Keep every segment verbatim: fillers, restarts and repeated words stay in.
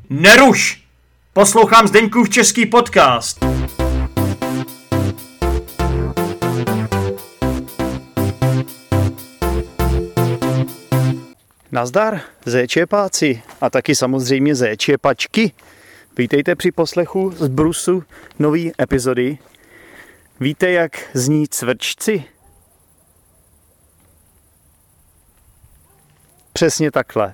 Neruš! Poslouchám Zdeňkův český podcast. Nazdar, zéčepáci a taky samozřejmě zéčepačky. Vítejte při poslechu z Brusu nový epizody. Víte, jak zní cvrčci? Přesně takhle.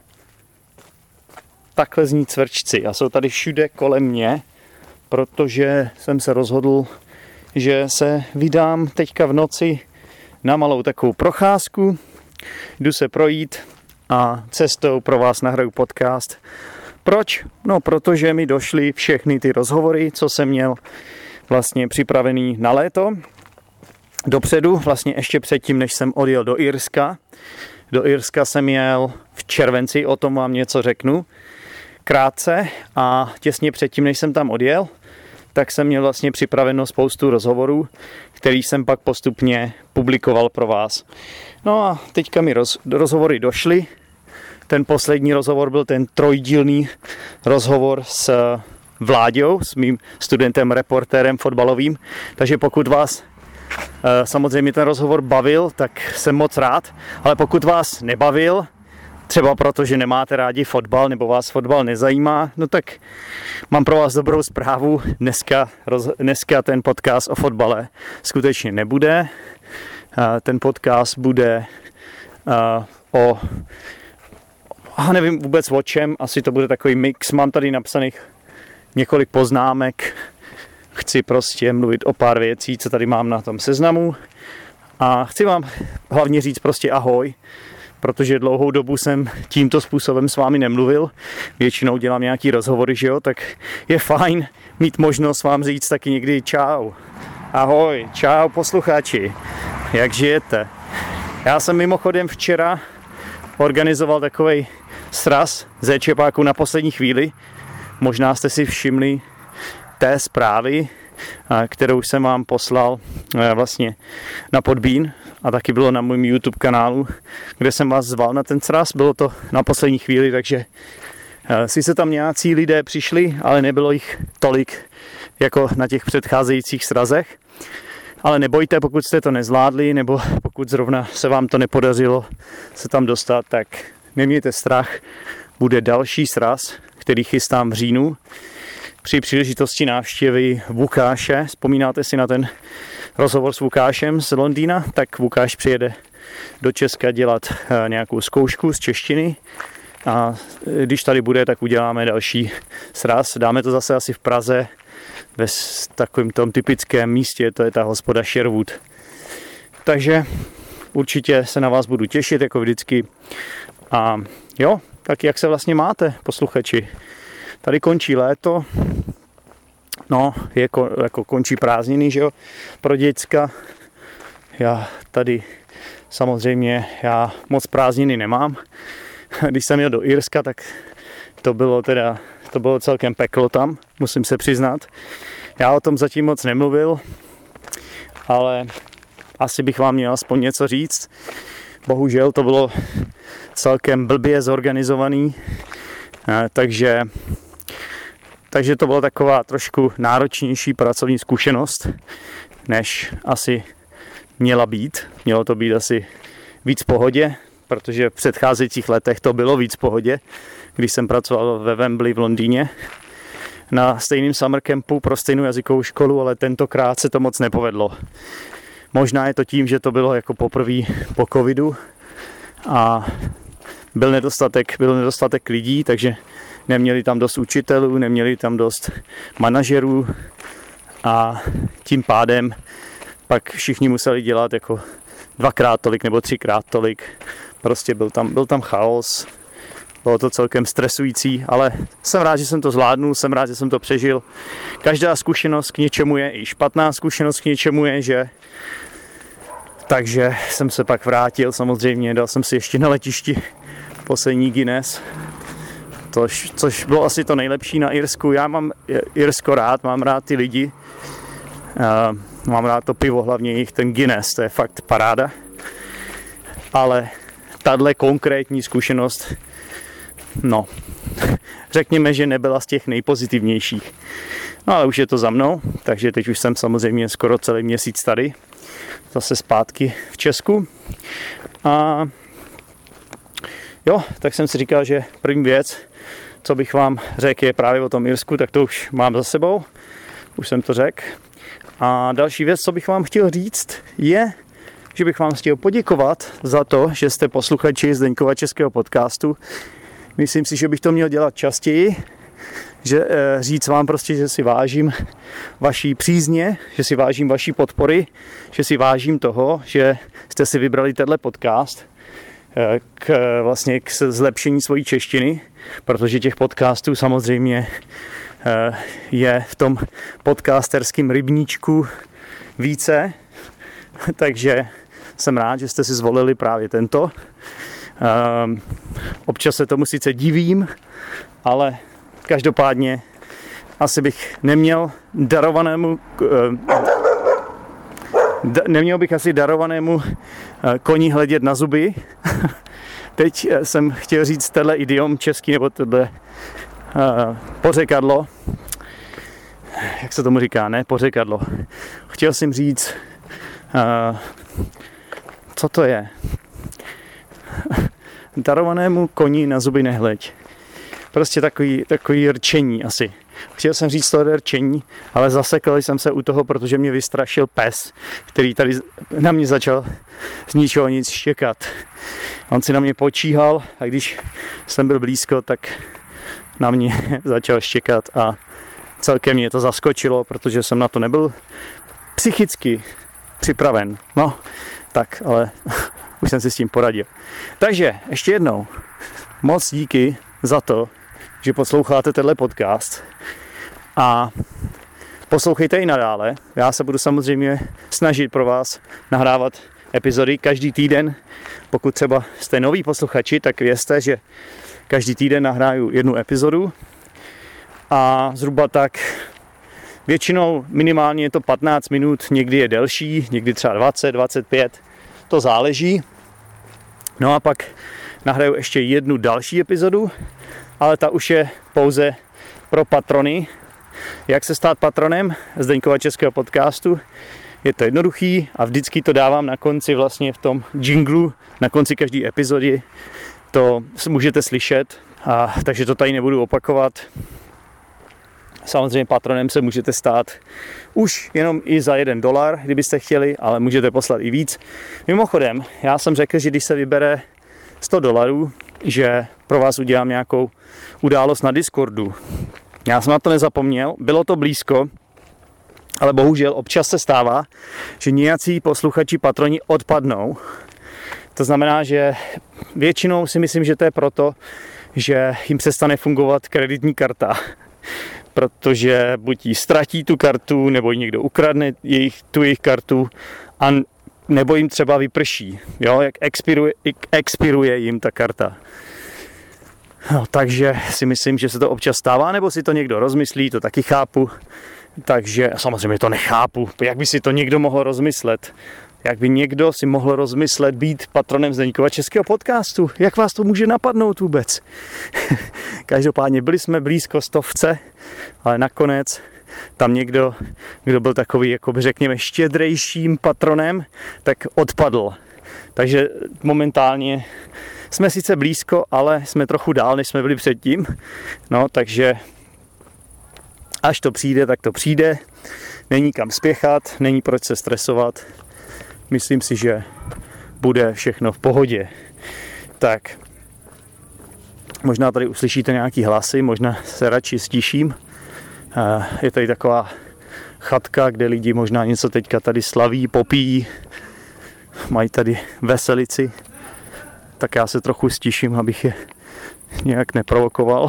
Takhle zní cvrčci a jsou tady všude kolem mě, protože jsem se rozhodl, že se vydám teďka v noci na malou takovou procházku. Jdu se projít a cestou pro vás nahraju podcast. Proč? No, protože mi došly všechny ty rozhovory, co jsem měl vlastně připravený na léto. Dopředu, vlastně ještě předtím, než jsem odjel do Irska. Do Irska jsem jel v červenci, o tom vám něco řeknu krátce, a těsně předtím, než jsem tam odjel, tak jsem měl vlastně připraveno spoustu rozhovorů, který jsem pak postupně publikoval pro vás. No a teďka mi roz, rozhovory došly. Ten poslední rozhovor byl ten trojdílný rozhovor s Vláďou, s mým studentem, reportérem fotbalovým. Takže pokud vás samozřejmě ten rozhovor bavil, tak jsem moc rád. Ale pokud vás nebavil, třeba proto, že nemáte rádi fotbal nebo vás fotbal nezajímá, no tak mám pro vás dobrou zprávu. Dneska, roz, dneska ten podcast o fotbale skutečně nebude. Ten podcast bude o... A nevím vůbec o čem, asi to bude takový mix. Mám tady napsaných několik poznámek. Chci prostě mluvit o pár věcí, co tady mám na tom seznamu. A chci vám hlavně říct prostě ahoj, protože dlouhou dobu jsem tímto způsobem s vámi nemluvil. Většinou dělám nějaký rozhovory, že jo, tak je fajn mít možnost vám říct taky někdy čau. Ahoj, čau posluchači, jak žijete? Já jsem mimochodem včera organizoval takovej sraz zéčepáků na poslední chvíli. Možná jste si všimli té zprávy, kterou jsem vám poslal vlastně na Podbean a taky bylo na mém YouTube kanálu, kde jsem vás zval na ten sraz. Bylo to na poslední chvíli, takže sice tam nějací lidé přišli, ale nebylo jich tolik jako na těch předcházejících srazech. Ale nebojte, pokud jste to nezvládli, nebo pokud zrovna se vám to nepodařilo se tam dostat, tak nemějte strach. Bude další sraz, který chystám v říjnu při příležitosti návštěvy Vukáše. Vzpomínáte si na ten rozhovor s Vukášem z Londýna? Tak Vukáš přijede do Česka dělat nějakou zkoušku z češtiny a když tady bude, tak uděláme další sraz. Dáme to zase asi v Praze, ve takovém tom typickém místě, to je ta hospoda Sherwood. Takže určitě se na vás budu těšit, jako vždycky. A jo, tak jak se vlastně máte, posluchači? Tady končí léto, no, je, jako končí prázdniny, že jo, pro děcka. Já tady samozřejmě, já moc prázdniny nemám. Když jsem jel do Irska, tak to bylo teda, to bylo celkem peklo tam, musím se přiznat. Já o tom zatím moc nemluvil, ale asi bych vám měl aspoň něco říct. Bohužel to bylo celkem blbě zorganizovaný, takže, takže to byla taková trošku náročnější pracovní zkušenost, než asi měla být. Mělo to být asi víc v pohodě, protože v předcházejících letech to bylo víc v pohodě, když jsem pracoval ve Wembley v Londýně na stejném summer campu pro stejnou jazykovou školu, ale tentokrát se to moc nepovedlo. Možná je to tím, že to bylo jako poprvé po covidu a byl nedostatek, byl nedostatek lidí, takže neměli tam dost učitelů, neměli tam dost manažerů a tím pádem pak všichni museli dělat jako dvakrát tolik nebo třikrát tolik. Prostě byl tam, byl tam chaos, bylo to celkem stresující, ale jsem rád, že jsem to zvládnul, jsem rád, že jsem to přežil. Každá zkušenost k něčemu je, i špatná zkušenost k něčemu je, že? Takže jsem se pak vrátil, samozřejmě, dal jsem si ještě na letišti poslední Guinness, což, což bylo asi to nejlepší na Irsku. Já mám Irsko rád, mám rád ty lidi, uh, mám rád to pivo, hlavně jich ten Guinness, to je fakt paráda. Ale tahle konkrétní zkušenost no, řekněme, že nebyla z těch nejpozitivnějších. No ale už je to za mnou, takže teď už jsem samozřejmě skoro celý měsíc tady, zase zpátky v Česku. A jo, tak jsem si říkal, že první věc, co bych vám řekl, je právě o tom Irsku, tak to už mám za sebou, už jsem to řekl. A další věc, co bych vám chtěl říct, je, že bych vám chtěl poděkovat za to, že jste posluchači Zdeňkova českého podcastu. Myslím si, že bych to měl dělat častěji, že e, říct vám prostě, že si vážím vaší přízně, že si vážím vaší podpory, že si vážím toho, že jste si vybrali tenhle podcast e, k, vlastně k zlepšení svojí češtiny, protože těch podcastů samozřejmě e, je v tom podcasterském rybníčku více, takže jsem rád, že jste si zvolili právě tento. E, občas se tomu sice divím, ale každopádně asi bych neměl darovanému neměl bych asi darovanému koni hledět na zuby. Teď jsem chtěl říct tenhle idiom český, nebo tohle pořekadlo. Jak se tomu říká, ne? Pořekadlo. Chtěl jsem říct, co to je? Darovanému koni na zuby nehleď. Prostě takový, takový rčení asi. Chtěl jsem říct to rčení, ale zasekl jsem se u toho, protože mě vystrašil pes, který tady na mě začal z ničeho nic štěkat. On si na mě počíhal a když jsem byl blízko, tak na mě začal štěkat a celkem mě to zaskočilo, protože jsem na to nebyl psychicky připraven. No, tak, ale už jsem si s tím poradil. Takže ještě jednou, moc díky za to, že posloucháte tenhle podcast a poslouchejte i nadále. Já se budu samozřejmě snažit pro vás nahrávat epizody každý týden. Pokud třeba jste noví posluchači, tak vězte, že každý týden nahráju jednu epizodu a zhruba tak většinou minimálně je to patnáct minut, někdy je delší, někdy třeba dvacet, dvacet pět, to záleží. No a pak nahraju ještě jednu další epizodu, ale ta už je pouze pro patrony. Jak se stát patronem Zdeňkova českého podcastu? Je to jednoduchý a vždycky to dávám na konci vlastně v tom jinglu, na konci každé epizody. To můžete slyšet, a, takže to tady nebudu opakovat. Samozřejmě patronem se můžete stát už jenom i za jeden dolar, kdybyste chtěli, ale můžete poslat i víc. Mimochodem, já jsem řekl, že když se vybere sto dolarů, že pro vás udělám nějakou událost na Discordu. Já jsem na to nezapomněl, bylo to blízko, ale bohužel občas se stává, že nějací posluchači patroni odpadnou. To znamená, že většinou si myslím, že to je proto, že jim přestane fungovat kreditní karta. Protože buď jí ztratí tu kartu, nebo ji někdo ukradne jejich, tu jejich kartu, a nebo jim třeba vyprší, jo, jak expiruje, expiruje jim ta karta. No, takže si myslím, že se to občas stává, nebo si to někdo rozmyslí, to taky chápu. Takže samozřejmě to nechápu, jak by si to někdo mohl rozmyslet. Jak by někdo si mohl rozmyslet být patronem Zdeňkova českého podcastu? Jak vás to může napadnout vůbec? Každopádně byli jsme blízko stovce, ale nakonec tam někdo, kdo byl takový, jako by řekněme, štědrejším patronem, tak odpadl. Takže momentálně jsme sice blízko, ale jsme trochu dál, než jsme byli předtím. No, takže až to přijde, tak to přijde. Není kam spěchat, není proč se stresovat. Myslím si, že bude všechno v pohodě. Tak, možná tady uslyšíte nějaký hlasy, možná se radši stiším. Je tady taková chatka, kde lidi možná něco teďka tady slaví, popíjí. Mají tady veselici. Tak já se trochu stiším, abych je nějak neprovokoval.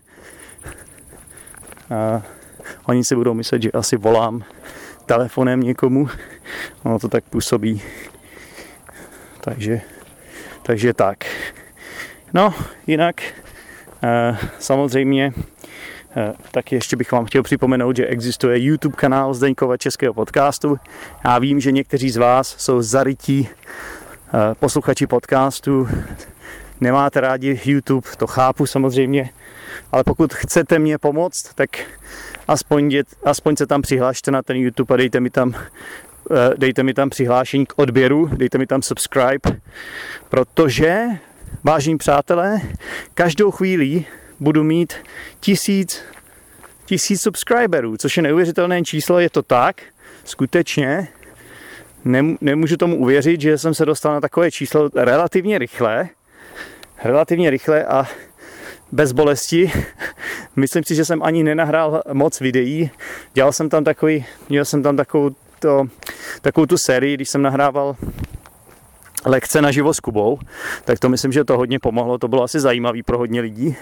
A oni si budou myslet, že asi volám telefonem někomu. Ono to tak působí. Takže, takže tak. No, jinak eh, samozřejmě eh, taky ještě bych vám chtěl připomenout, že existuje YouTube kanál Zdeňkova českého podcastu. Já vím, že někteří z vás jsou zarytí eh, posluchači podcastu, nemáte rádi YouTube, to chápu samozřejmě, ale pokud chcete mě pomoct, tak aspoň, dět, aspoň se tam přihlašte na ten YouTube a dejte mi tam, dejte mi tam přihlášení k odběru, dejte mi tam subscribe, protože, vážení přátelé, každou chvíli budu mít tisíc, tisíc subscriberů, což je neuvěřitelné číslo, je to tak, skutečně, nemůžu tomu uvěřit, že jsem se dostal na takové číslo relativně rychle, relativně rychle a bez bolesti. Myslím si, že jsem ani nenahrál moc videí. Dělal jsem tam takový, měl jsem tam takovou, to, takovou tu sérii, když jsem nahrával lekce naživo s Kubou, tak to myslím, že to hodně pomohlo, to bylo asi zajímavý pro hodně lidí.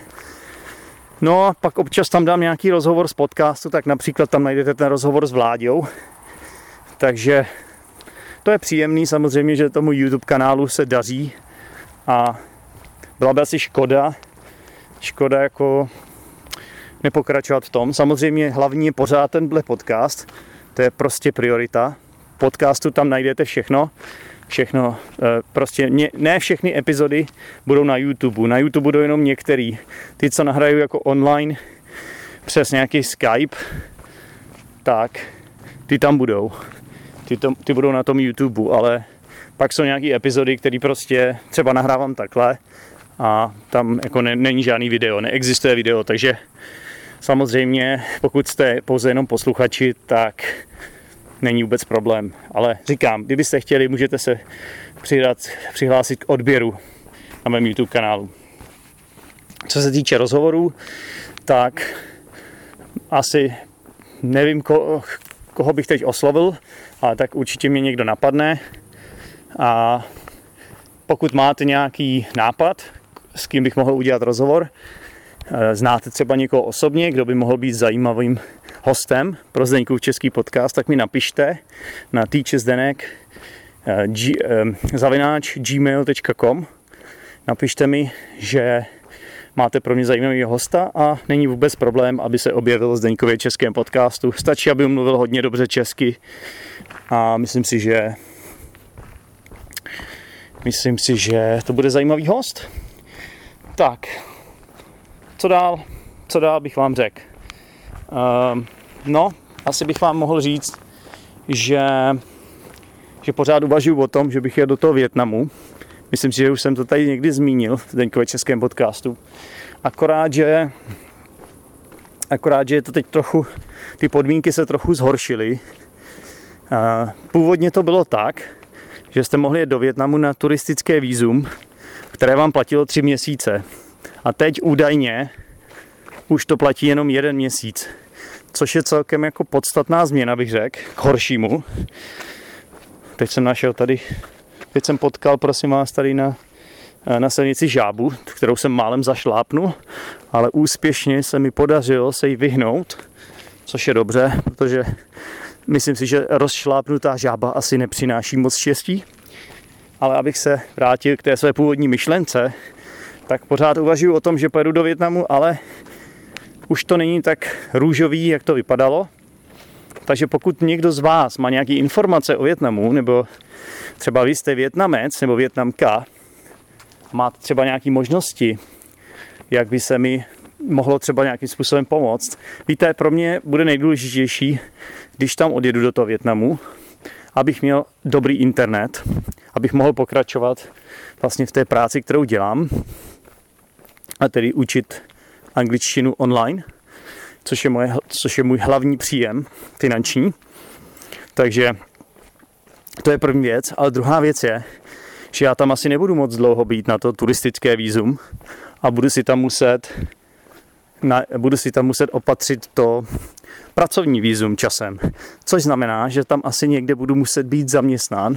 No a pak občas tam dám nějaký rozhovor z podcastu, tak například tam najdete ten rozhovor s Vláďou. Takže to je příjemný, samozřejmě, že tomu YouTube kanálu se daří a byla by asi škoda, škoda jako nepokračovat v tom. Samozřejmě hlavní je pořád tenhle podcast, to je prostě priorita. V podcastu tam najdete všechno, všechno, prostě ne všechny epizody budou na YouTube, na YouTube budou jenom některý. Ty, co nahraju jako online přes nějaký Skype, tak ty tam budou. Ty, to, ty budou na tom YouTube, ale pak jsou nějaké epizody, které prostě třeba nahrávám takhle a tam jako ne, není žádný video, neexistuje video, takže samozřejmě pokud jste pouze jenom posluchači, tak není vůbec problém. Ale říkám, kdybyste chtěli, můžete se přidat, přihlásit k odběru na mém YouTube kanálu. Co se týče rozhovorů, tak asi nevím, ko, koho bych teď oslovil, ale tak určitě mě někdo napadne. A pokud máte nějaký nápad, s kým bych mohl udělat rozhovor, znáte třeba někoho osobně, kdo by mohl být zajímavým hostem pro Zdeňkův český podcast, tak mi napište na týčezdenek zavináč gmail tečka com. Napište mi, že máte pro mě zajímavého hosta a není vůbec problém, aby se objevil v Zdeňkově českém podcastu. Stačí, aby mluvil hodně dobře česky a myslím si, že myslím si, že to bude zajímavý host. Tak, co dál? Co dál bych vám řekl? Um, no, asi bych vám mohl říct, že, že pořád uvažuji o tom, že bych jel do toho Vietnamu. Myslím si, že už jsem to tady někdy zmínil v Zdeňkově českém podcastu. Akorát, že akorát, že je to teď trochu, ty podmínky se trochu zhoršily. Uh, původně to bylo tak, že jste mohli jet do Vietnamu na turistické vízum, které vám platilo tři měsíce. A teď údajně už to platí jenom jeden měsíc, což je celkem jako podstatná změna, bych řekl, k horšímu. Teď jsem našel tady, teď jsem potkal, prosím vás, tady na, na silnici žábu, kterou jsem málem zašlápnul, ale úspěšně se mi podařilo se jí vyhnout, což je dobře, protože myslím si, že rozšlápnutá žába asi nepřináší moc štěstí. Ale abych se vrátil k té své původní myšlence, tak pořád uvažuji o tom, že pojedu do Vietnamu, ale už to není tak růžový, jak to vypadalo. Takže pokud někdo z vás má nějaké informace o Vietnamu, nebo třeba vy jste Vietnamec nebo Vietnamka, máte třeba nějaké možnosti, jak by se mi mohlo třeba nějakým způsobem pomoct. Víte, pro mě bude nejdůležitější, když tam odjedu do toho Vietnamu, abych měl dobrý internet, abych mohl pokračovat vlastně v té práci, kterou dělám, a tedy učit angličtinu online, což je, moje, což je můj hlavní příjem finanční. Takže to je první věc. Ale druhá věc je, že já tam asi nebudu moc dlouho být na to turistické vízum a budu si tam muset, na, budu si tam muset opatřit to pracovní vízum časem. Což znamená, že tam asi někde budu muset být zaměstnán.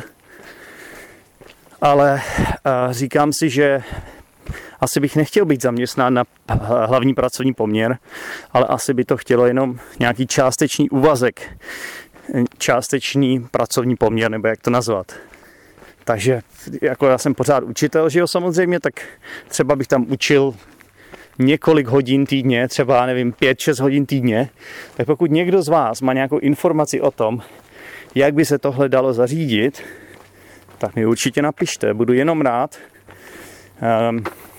Ale uh, říkám si, že asi bych nechtěl být zaměstnán na hlavní pracovní poměr, ale asi by to chtělo jenom nějaký částečný úvazek, částečný pracovní poměr, nebo jak to nazvat. Takže jako já jsem pořád učitel, že jo, samozřejmě, tak třeba bych tam učil několik hodin týdně, třeba nevím, pět šest hodin týdně, tak pokud někdo z vás má nějakou informaci o tom, jak by se tohle dalo zařídit, tak mi určitě napište, budu jenom rád. Um,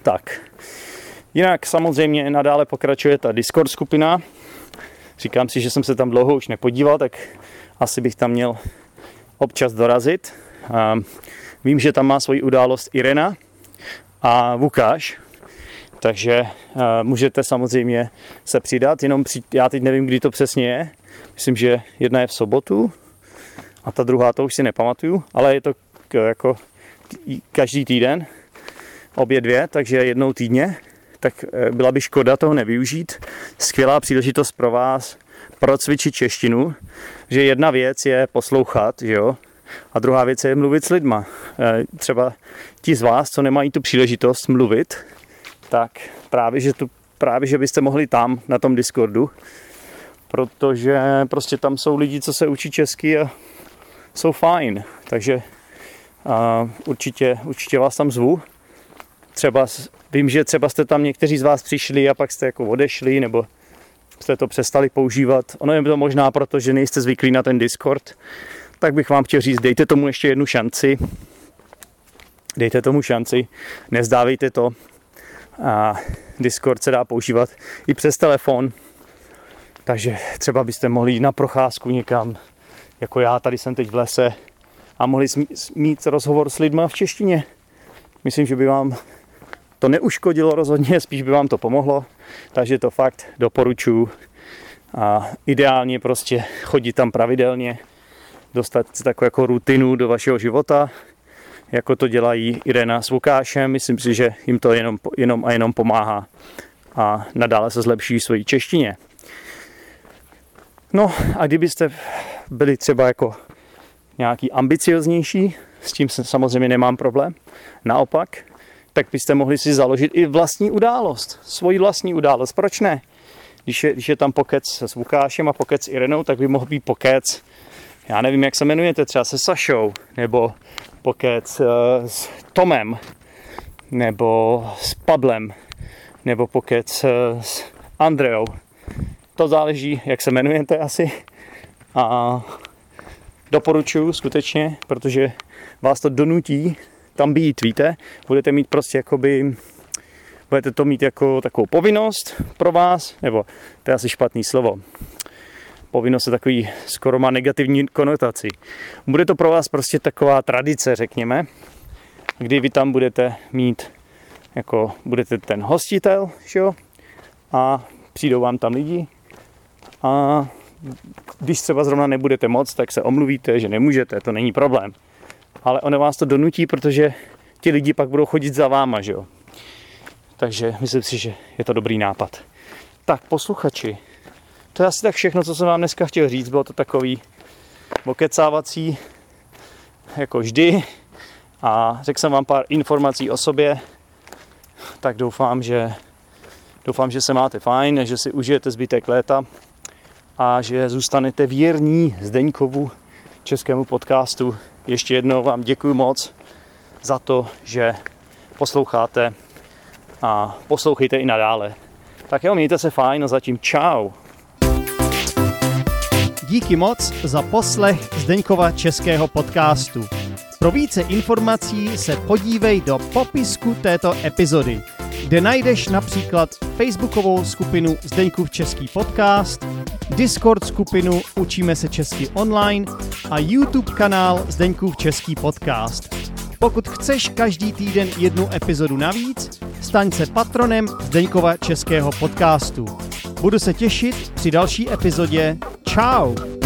tak. Jinak samozřejmě nadále pokračuje ta Discord skupina. Říkám si, že jsem se tam dlouho už nepodíval, tak asi bych tam měl občas dorazit. Vím, že tam má svoji událost Irena a Lukáš, takže můžete samozřejmě se přidat, jenom při, já teď nevím, kdy to přesně je. Myslím, že jedna je v sobotu a ta druhá to už si nepamatuju, ale je to jako každý týden, obě dvě, takže jednou týdně. Tak byla by škoda toho nevyužít. Skvělá příležitost pro vás procvičit češtinu, že jedna věc je poslouchat, že jo, a druhá věc je mluvit s lidma. Třeba ti z vás, co nemají tu příležitost mluvit, tak právě, že, tu, právě, že byste mohli tam, na tom Discordu, protože prostě tam jsou lidi, co se učí česky a jsou fajn, takže a určitě, určitě vás tam zvu. Třeba vím, že třeba jste tam někteří z vás přišli a pak jste jako odešli, nebo jste to přestali používat. Ono je to možná proto, že nejste zvyklí na ten Discord. Tak bych vám chtěl říct, dejte tomu ještě jednu šanci. Dejte tomu šanci, nezdávejte to. A Discord se dá používat i přes telefon. Takže třeba byste mohli jít na procházku někam, jako já tady jsem teď v lese, a mohli mít rozhovor s lidma v češtině. Myslím, že by vám to neuškodilo rozhodně, spíš by vám to pomohlo, takže to fakt doporučuji. A ideálně prostě chodit tam pravidelně, dostat takovou jako rutinu do vašeho života, jako to dělají Irena s Lukášem. Myslím si, že jim to jenom, jenom a jenom pomáhá a nadále se zlepší svojí češtině. No a kdybyste byli třeba jako nějaký ambicioznější, s tím samozřejmě nemám problém, naopak, tak byste mohli si založit i vlastní událost, svoji vlastní událost. Proč ne? Když je, když je tam pokec s Lukášem a pokec s Irenou, tak by mohl být pokec, já nevím, jak se jmenujete, třeba se Sašou, nebo pokec uh, s Tomem, nebo s Pavlem, nebo pokec uh, s Andreou. To záleží, jak se jmenujete asi. A doporučuji skutečně, protože vás to donutí tam být, víte, budete mít prostě jakoby, budete to mít jako takovou povinnost pro vás, nebo to je asi špatný slovo. Povinnost je takový, skoro má negativní konotaci. Bude to pro vás prostě taková tradice, řekněme, kdy vy tam budete mít, jako budete ten hostitel, jo, a přijdou vám tam lidi a když třeba zrovna nebudete moc, tak se omluvíte, že nemůžete, to není problém. Ale ono vás to donutí, protože ti lidi pak budou chodit za váma, že jo. Takže myslím si, že je to dobrý nápad. Tak, posluchači, to je asi tak všechno, co jsem vám dneska chtěl říct. Bylo to takový okecávací, jako vždy. A řekl jsem vám pár informací o sobě. Tak doufám, že, doufám, že se máte fajn, že si užijete zbytek léta a že zůstanete věrní Zdeňkovu českému podcastu. Ještě jednou vám děkuji moc za to, že posloucháte a poslouchejte i nadále. Tak jo, mějte se fajn a zatím čau. Díky moc za poslech Zdeňkova českého podcastu. Pro více informací se podívej do popisku této epizody, kde najdeš například facebookovou skupinu Zdeňkův český podcast, Discord skupinu Učíme se česky online a YouTube kanál Zdeňkův český podcast. Pokud chceš každý týden jednu epizodu navíc, staň se patronem Zdeňkova českého podcastu. Budu se těšit při další epizodě. Čau!